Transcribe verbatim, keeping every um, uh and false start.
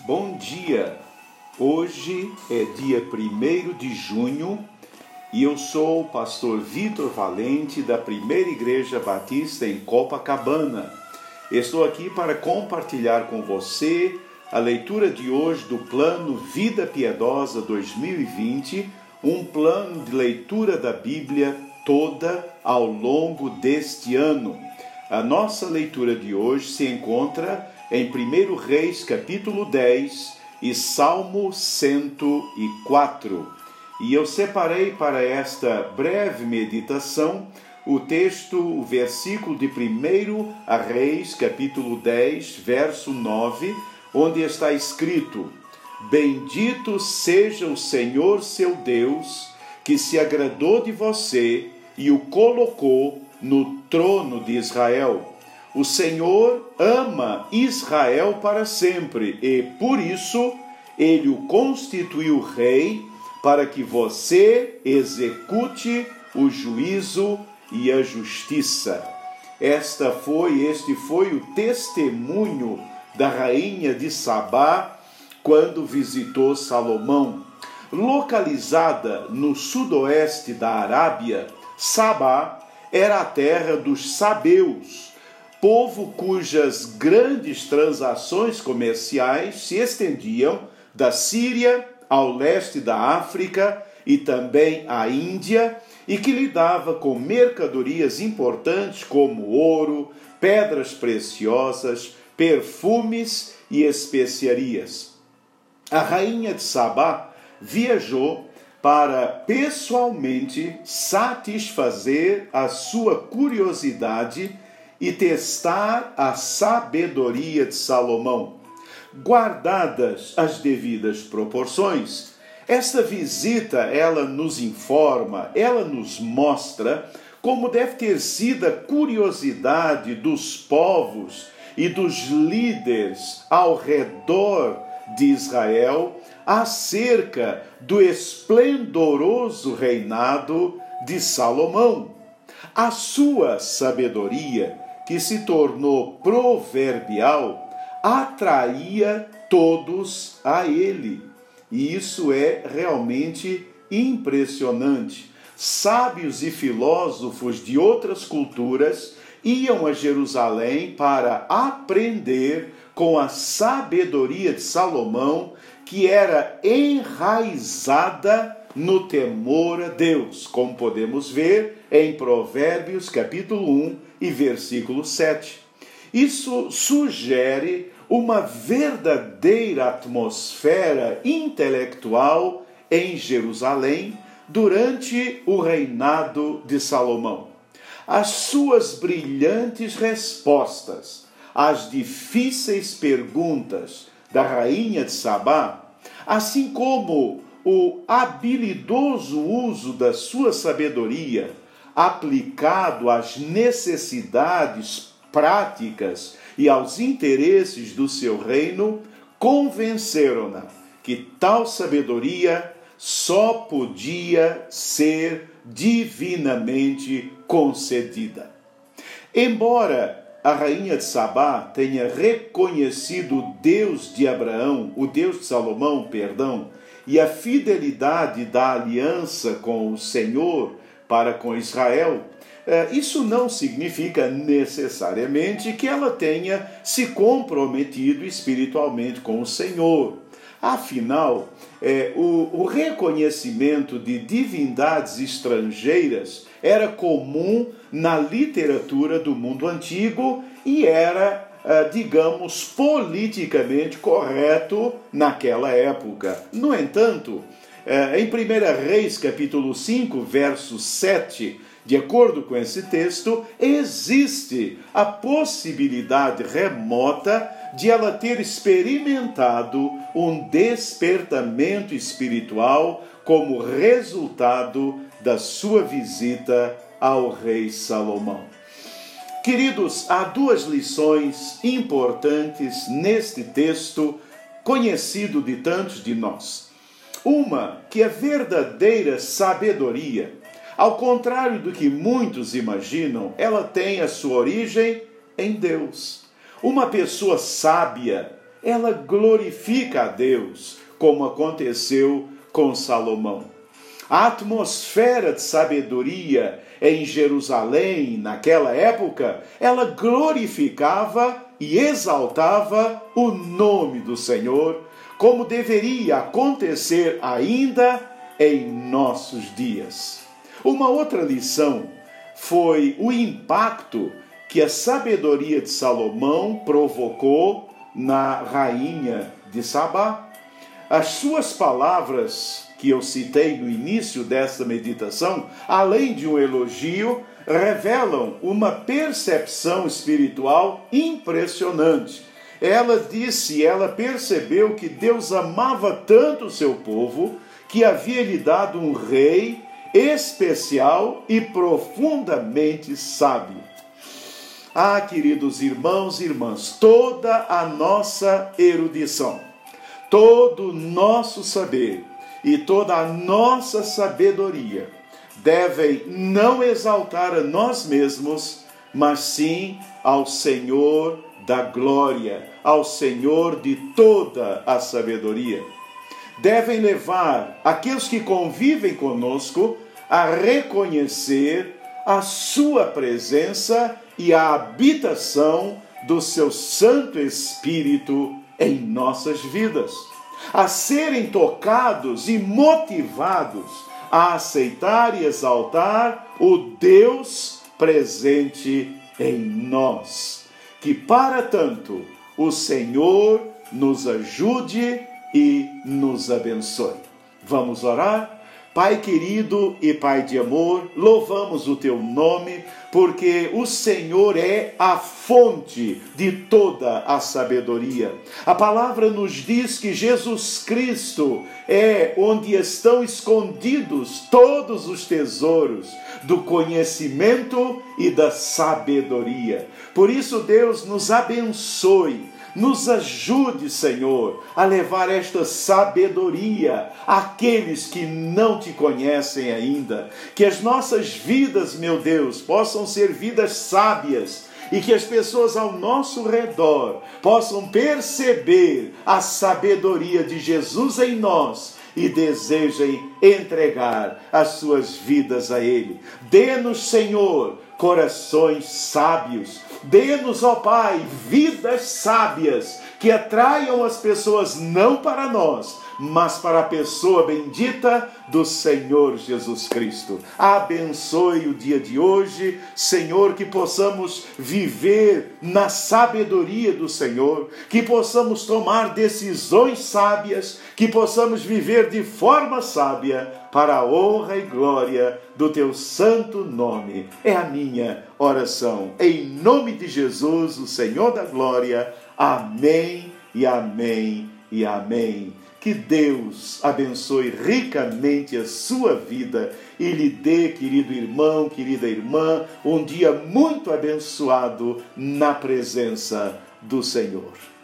Bom dia! Hoje é dia primeiro de junho e eu sou o pastor Vitor Valente da Primeira Igreja Batista em Copacabana. Estou aqui para compartilhar com você a leitura de hoje do plano Vida Piedosa dois mil e vinte, um plano de leitura da Bíblia toda ao longo deste ano. A nossa leitura de hoje se encontra em primeiro Reis, capítulo dez e Salmo cento e quatro. E eu separei para esta breve meditação o texto, o versículo de primeiro Reis, capítulo dez, verso nove, onde está escrito: Bendito seja o Senhor seu Deus, que se agradou de você e o colocou no trono de Israel. O Senhor ama Israel para sempre e, por isso, ele o constituiu rei para que você execute o juízo e a justiça. Esta foi, este foi o testemunho da rainha de Sabá quando visitou Salomão. Localizada no sudoeste da Arábia, Sabá era a terra dos sabeus, povo cujas grandes transações comerciais se estendiam da Síria ao leste da África e também à Índia, e que lidava com mercadorias importantes como ouro, pedras preciosas, perfumes e especiarias. A rainha de Sabá viajou para pessoalmente satisfazer a sua curiosidade e testar a sabedoria de Salomão. Guardadas as devidas proporções, esta visita, ela nos informa, ela nos mostra como deve ter sido a curiosidade dos povos e dos líderes ao redor de Israel acerca do esplendoroso reinado de Salomão. A sua sabedoria, que se tornou proverbial, atraía todos a ele. E isso é realmente impressionante. Sábios e filósofos de outras culturas iam a Jerusalém para aprender com a sabedoria de Salomão, que era enraizada no temor a Deus, como podemos ver em Provérbios capítulo um e versículo sete. Isso sugere uma verdadeira atmosfera intelectual em Jerusalém durante o reinado de Salomão. As suas brilhantes respostas às difíceis perguntas da rainha de Sabá, assim como o habilidoso uso da sua sabedoria aplicado às necessidades práticas e aos interesses do seu reino, convenceram-na que tal sabedoria só podia ser divinamente concedida. Embora a rainha de Sabá tenha reconhecido o Deus de Abraão, o Deus de Salomão, perdão, e a fidelidade da aliança com o Senhor para com Israel, isso não significa necessariamente que ela tenha se comprometido espiritualmente com o Senhor. Afinal, é, o, o reconhecimento de divindades estrangeiras era comum na literatura do mundo antigo e era, digamos, politicamente correto naquela época. No entanto, em primeiro Reis, capítulo cinco, verso sete, de acordo com esse texto, existe a possibilidade remota de ela ter experimentado um despertamento espiritual como resultado da sua visita ao rei Salomão. Queridos, há duas lições importantes neste texto, conhecido de tantos de nós. Uma, que a verdadeira sabedoria, ao contrário do que muitos imaginam, ela tem a sua origem em Deus. Uma pessoa sábia, ela glorifica a Deus, como aconteceu com Salomão. A atmosfera de sabedoria em Jerusalém, naquela época, ela glorificava e exaltava o nome do Senhor, como deveria acontecer ainda em nossos dias. Uma outra lição foi o impacto que a sabedoria de Salomão provocou na rainha de Sabá. As suas palavras, que eu citei no início desta meditação, além de um elogio, revelam uma percepção espiritual impressionante. Ela disse, ela percebeu que Deus amava tanto o seu povo, que havia lhe dado um rei especial e profundamente sábio. Ah, queridos irmãos e irmãs, toda a nossa erudição, todo o nosso saber e toda a nossa sabedoria devem não exaltar a nós mesmos, mas sim ao Senhor da glória, ao Senhor de toda a sabedoria. Devem levar aqueles que convivem conosco a reconhecer a sua presença e a habitação do seu Santo Espírito em nossas vidas, a serem tocados e motivados a aceitar e exaltar o Deus presente em nós. Que para tanto o Senhor nos ajude e nos abençoe. Vamos orar? Pai querido e Pai de amor, louvamos o Teu nome, porque o Senhor é a fonte de toda a sabedoria. A palavra nos diz que Jesus Cristo é onde estão escondidos todos os tesouros do conhecimento e da sabedoria. Por isso, Deus, nos abençoe. Nos ajude, Senhor, a levar esta sabedoria àqueles que não Te conhecem ainda. Que as nossas vidas, meu Deus, possam ser vidas sábias e que as pessoas ao nosso redor possam perceber a sabedoria de Jesus em nós e desejem entregar as suas vidas a Ele. Dê-nos, Senhor, corações sábios. Dê-nos, ó Pai, vidas sábias que atraiam as pessoas não para nós, mas para a pessoa bendita do Senhor Jesus Cristo. Abençoe o dia de hoje, Senhor, que possamos viver na sabedoria do Senhor, que possamos tomar decisões sábias, que possamos viver de forma sábia, para a honra e glória do Teu santo nome. É a minha oração. Em nome de Jesus, o Senhor da glória. Amém e amém e amém. Que Deus abençoe ricamente a sua vida e lhe dê, querido irmão, querida irmã, um dia muito abençoado na presença do Senhor.